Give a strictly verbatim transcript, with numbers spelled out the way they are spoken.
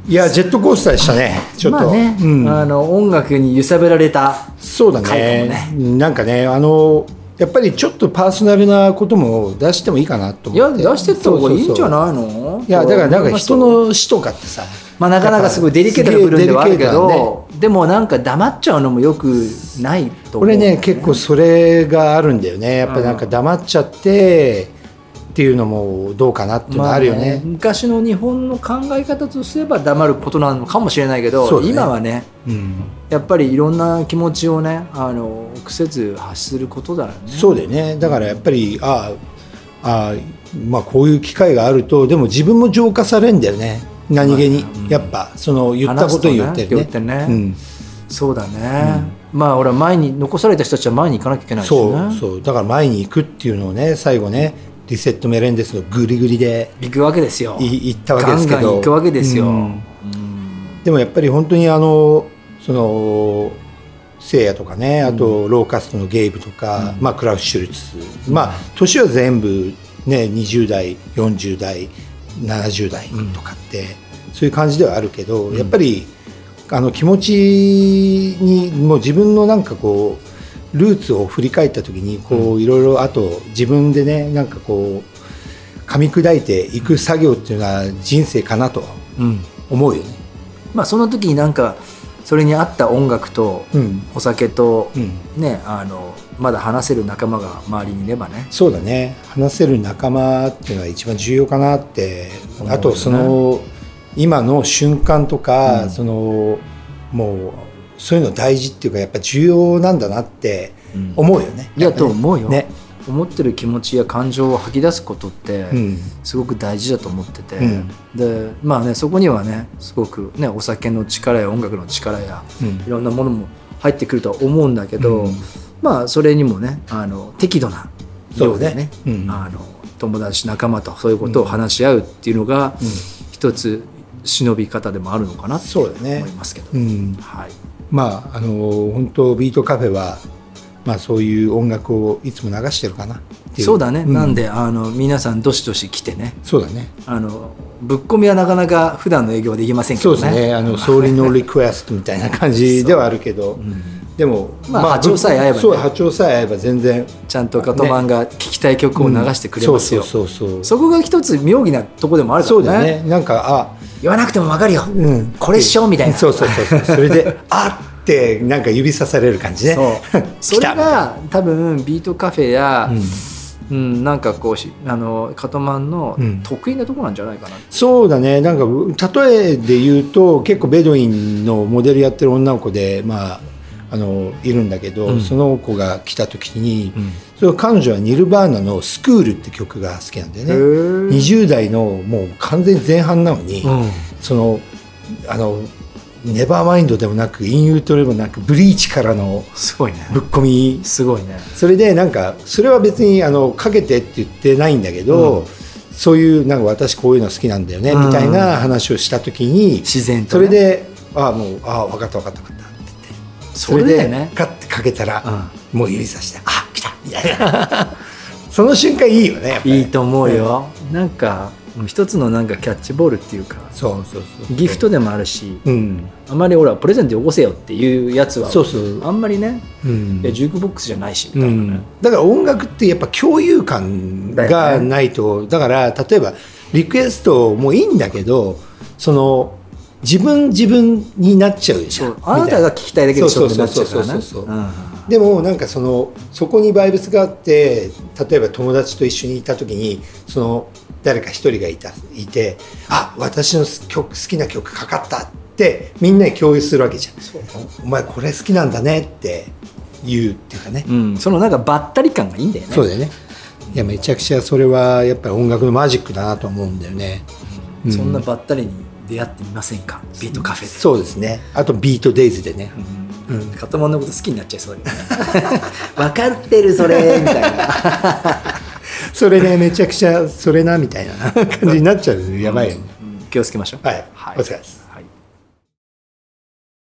いやジェットコースターでしたねちょっと、 まあね、うん、あの音楽に揺さぶられたそうだ ね, ねなんかねあのやっぱりちょっとパーソナルなことも出してもいいかなと思って。 いや出してった方がいいんじゃないの。そうそうそう、 いやだからなんか人の死とかってさ、 まあ、なかなかすごいデリケートな部分ではあるけど、ね、でもなんか黙っちゃうのもよくないと思う、ね、 俺ね結構それがあるんだよね。やっぱりなんか黙っちゃってっていうのもどうかなっていうのがあるよね。まあね、 昔の日本の考え方とすれば黙ることなのかもしれないけど、ね、今はね、うん、やっぱりいろんな気持ちをねあの癖ず発することだよね。 そうだよね。だからやっぱりああまあこういう機会があるとでも自分も浄化されるんだよね。何気に、まあうん、やっぱその言ったこと言ってるね。言ってね、うん、 そうだね、うん、まあ俺は前に残された人たちは前に行かなきゃいけないしね。 そうそうだから前に行くっていうのをね最後ねリセットメレンデスのグリグリで行くわけですよ。 行ったわけですけどガンガン行くわけですよ、うんうん、でもやっぱり本当にあのその聖夜とかねあとローカストのゲイブとか、うんまあ、クラウス・シュルツ、うん、まあ年は全部ねにじゅう代よんじゅう代ななじゅう代とかって、うん、そういう感じではあるけど、うん、やっぱりあの気持ちにもう自分のなんかこうルーツを振り返った時にこういろいろあと自分でねなんかこう噛み砕いていく作業っていうのが人生かなと思うよね、 うん、まあその時になんかそれに合った音楽とお酒と、うんね、あのまだ話せる仲間が周りにいればね。 そうだね話せる仲間っていうのは一番重要かなって、ね、あとその今の瞬間とか、うん、そのもうそういうの大事っていうかやっぱ重要なんだなって思うよね、 うん、いやと思うよ、ね、思ってる気持ちや感情を吐き出すことってすごく大事だと思ってて、うん、でまあねそこにはねすごくねお酒の力や音楽の力や、うん、いろんなものも入ってくるとは思うんだけど、うん、まあそれにもねあの適度な量でね、うん、あの友達仲間とそういうことを話し合うっていうのが、うん、一つ忍び方でもあるのかなと思いますけど、 ねうんはい、まああの本当ビートカフェはまあ、そういう音楽をいつも流してるかなっていう。 そうだね、 うん、 なんであの皆さんどしどし来てね。 そうだねあのぶっ込みはなかなか普段の営業はできませんけどね。 そうですねあの総理のリクエストみたいな感じではあるけど、うん、でも、 まあ、まあ、波長さえ合えばねそう波長さえ合えば全然ちゃんとカトマンが聴きたい曲を流してくれますよ、 うん、そうそうそうそうそこが一つ妙義なとこでもあるからね。 そうだねなんかあ言わなくても分かるよ、うん、これっしょみたいなそうそうそうそれであってなんか指さされる感じね。 そうそれが多分ビートカフェや、うんうん、なんかこうあのカトマンの得意なところなんじゃないかな、うん、 そうだねなんか例えで言うと結構ベドウィンのモデルやってる女の子でまああのいるんだけど、うん、その子が来た時に、うん、それ彼女はニルバーナのスクールって曲が好きなんだよね。にじゅう代のもう完全に前半なのに、うん、そのあのネバーマインドでもなくインユートでもなくブリーチからのぶっ込みすごいね。 それでなんかそれは別にあのかけてって言ってないんだけど、うん、そういうなんか私こういうの好きなんだよね、うん、みたいな話をした時に自然と、ね、 それであもうあ分かった分かった分かったって言ってそれでねカッてかけたら、うん、もう指さしてあ来たみたいなその瞬間いいよねやっぱり。 いいと思うよ、うん、なんか一つのなんかキャッチボールっていうかそうそうそうギフトでもあるし、うん、あんまり俺はプレゼントよこせよっていうやつはそうそうあんまりね、うん、いやジュークボックスじゃないしみたいな、ねうん、 だから音楽ってやっぱ共有感がないと だ,、ね、だから例えばリクエストもいいんだけどその自分自分になっちゃうじゃん。 あなたが聞きたいだけでしょってなっちゃうからね。 でもなんかそのそこにバイブスがあって例えば友達と一緒にいた時にその誰か一人がいたいてあ私の曲好きな曲かかったってみんなに共有するわけじゃん。お前これ好きなんだねって言うっていうかね、 うん、そのなんかばったり感がいいんだよね。 そうだよね。いやめちゃくちゃそれはやっぱり音楽のマジックだなと思うんだよね、 うん、そんなばったりに出会ってみませんかビートカフェで。 そうですね。あとビートデイズでね、 うんうん、カトマンのこと好きになっちゃいそうだよね分かってるそれみたいなそれねめちゃくちゃそれなみたいな感じになっちゃうやばいよね、 うんうん、気をつけましょう。 はい、はい、お疲れ様です。